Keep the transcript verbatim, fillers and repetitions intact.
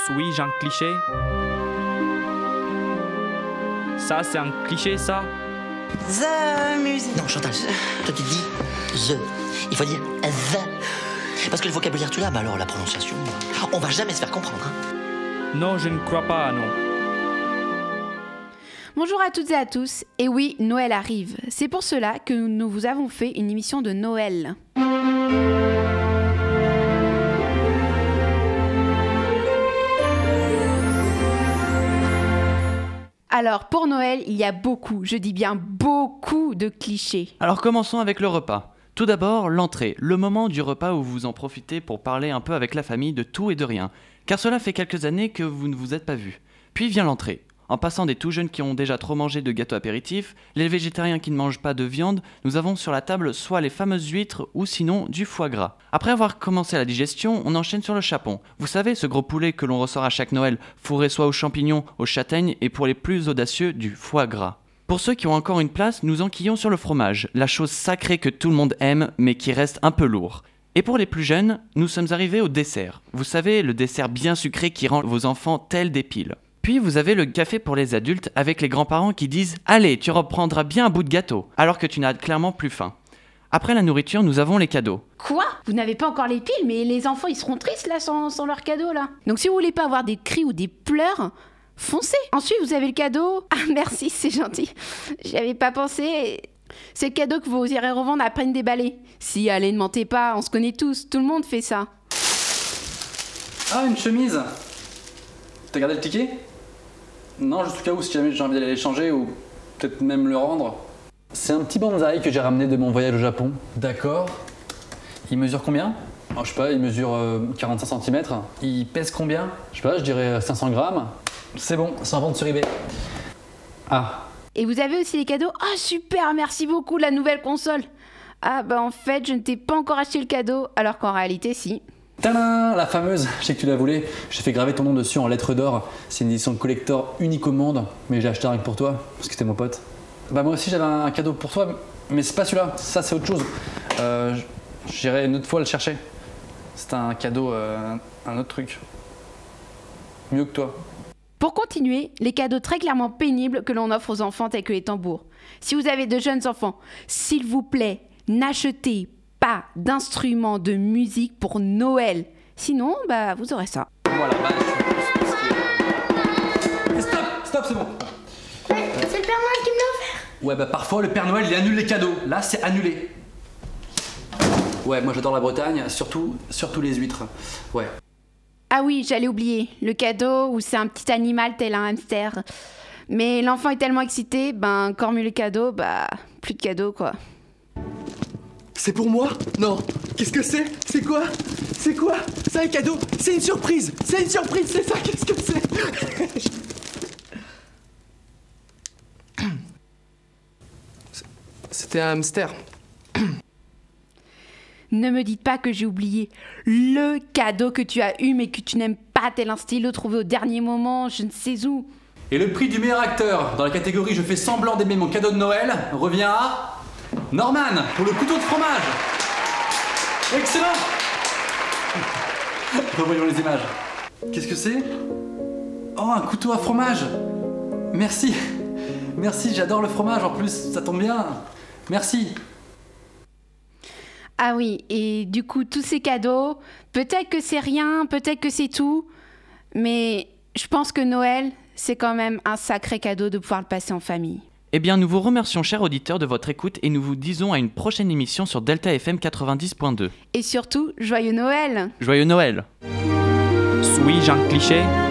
Suis-je un cliché? Ça, c'est un cliché, ça? The music. Non, Chantal, toi tu dis the. Il faut dire the. Parce que le vocabulaire tu l'as, mais alors la prononciation, on va jamais se faire comprendre. Hein. Non, je ne crois pas, non. Bonjour à toutes et à tous, et oui, Noël arrive. C'est pour cela que nous vous avons fait une émission de Noël. Alors, pour Noël, il y a beaucoup, je dis bien beaucoup de clichés. Alors commençons avec le repas. Tout d'abord, l'entrée, le moment du repas où vous en profitez pour parler un peu avec la famille de tout et de rien, car cela fait quelques années que vous ne vous êtes pas vus. Puis vient l'entrée. En passant des tout jeunes qui ont déjà trop mangé de gâteaux apéritifs, les végétariens qui ne mangent pas de viande, nous avons sur la table soit les fameuses huîtres ou sinon du foie gras. Après avoir commencé la digestion, on enchaîne sur le chapon. Vous savez, ce gros poulet que l'on ressort à chaque Noël, fourré soit aux champignons, aux châtaignes et pour les plus audacieux, du foie gras. Pour ceux qui ont encore une place, nous enquillons sur le fromage, la chose sacrée que tout le monde aime mais qui reste un peu lourd. Et pour les plus jeunes, nous sommes arrivés au dessert. Vous savez, le dessert bien sucré qui rend vos enfants tels des piles. Puis vous avez le café pour les adultes avec les grands-parents qui disent « Allez, tu reprendras bien un bout de gâteau », alors que tu n'as clairement plus faim. Après la nourriture, nous avons les cadeaux. Quoi? Vous n'avez pas encore les piles, mais les enfants ils seront tristes là sans, sans leurs cadeaux là. Donc si vous voulez pas avoir des cris ou des pleurs, foncez. Ensuite vous avez le cadeau. Ah merci, c'est gentil. J'y avais pas pensé. C'est le cadeau que vous irez revendre après une déballée. Si, allez, ne mentez pas, on se connaît tous, tout le monde fait ça. Ah, une chemise. T'as gardé le ticket? Non, juste au cas où, si jamais j'ai envie d'aller l'échanger ou peut-être même le rendre. C'est un petit bonsaï que j'ai ramené de mon voyage au Japon. D'accord. Il mesure combien? Alors, je sais pas, il mesure euh, quarante-cinq centimètres. Il pèse combien? Je sais pas, je dirais cinq cents grammes. C'est bon, c'est en vente sur eBay. Ah. Et vous avez aussi les cadeaux? Ah super, merci beaucoup, la nouvelle console. Ah bah en fait, je ne t'ai pas encore acheté le cadeau, alors qu'en réalité si. Tadam, la fameuse, je sais que tu la voulais, j'ai fait graver ton nom dessus en lettres d'or. C'est une édition collector unique au monde, mais j'ai acheté rien que pour toi, parce que t'es mon pote. Bah moi aussi j'avais un cadeau pour toi, mais c'est pas celui-là, ça c'est autre chose. Euh, j'irai une autre fois le chercher. C'est un cadeau, euh, un autre truc. Mieux que toi. Pour continuer, les cadeaux très clairement pénibles que l'on offre aux enfants tels que les tambours. Si vous avez de jeunes enfants, s'il vous plaît, n'achetez pas d'instruments de musique pour Noël. Sinon, bah, vous aurez ça. Voilà, bah, je pense que... Stop, stop, c'est bon. Ouais, c'est le Père Noël qui me l'a offert. Ouais, bah parfois le Père Noël il annule les cadeaux. Là, c'est annulé. Ouais, moi j'adore la Bretagne, surtout, surtout les huîtres. Ouais. Ah oui, j'allais oublier, le cadeau où c'est un petit animal tel un hamster. Mais l'enfant est tellement excité, ben, encore mieux le cadeau, bah, plus de cadeau quoi. C'est pour moi? Non. Qu'est-ce que c'est? C'est quoi? C'est quoi? C'est un cadeau? C'est une surprise! C'est une surprise, c'est ça? Qu'est-ce que c'est? C'était un hamster. Ne me dites pas que j'ai oublié le cadeau que tu as eu mais que tu n'aimes pas tel un stylo trouvé au dernier moment, je ne sais où. Et le prix du meilleur acteur dans la catégorie Je fais semblant d'aimer mon cadeau de Noël revient à Norman pour le couteau de fromage. Excellent. Revoyons les images. Qu'est-ce que c'est? Oh, un couteau à fromage. Merci. Merci, j'adore le fromage en plus, ça tombe bien. Merci. Ah oui, et du coup, tous ces cadeaux, peut-être que c'est rien, peut-être que c'est tout, mais je pense que Noël, c'est quand même un sacré cadeau de pouvoir le passer en famille. Eh bien, nous vous remercions, chers auditeurs, de votre écoute et nous vous disons à une prochaine émission sur Delta F M quatre-vingt-dix point deux. Et surtout, joyeux Noël! Joyeux Noël! Suis-je un cliché?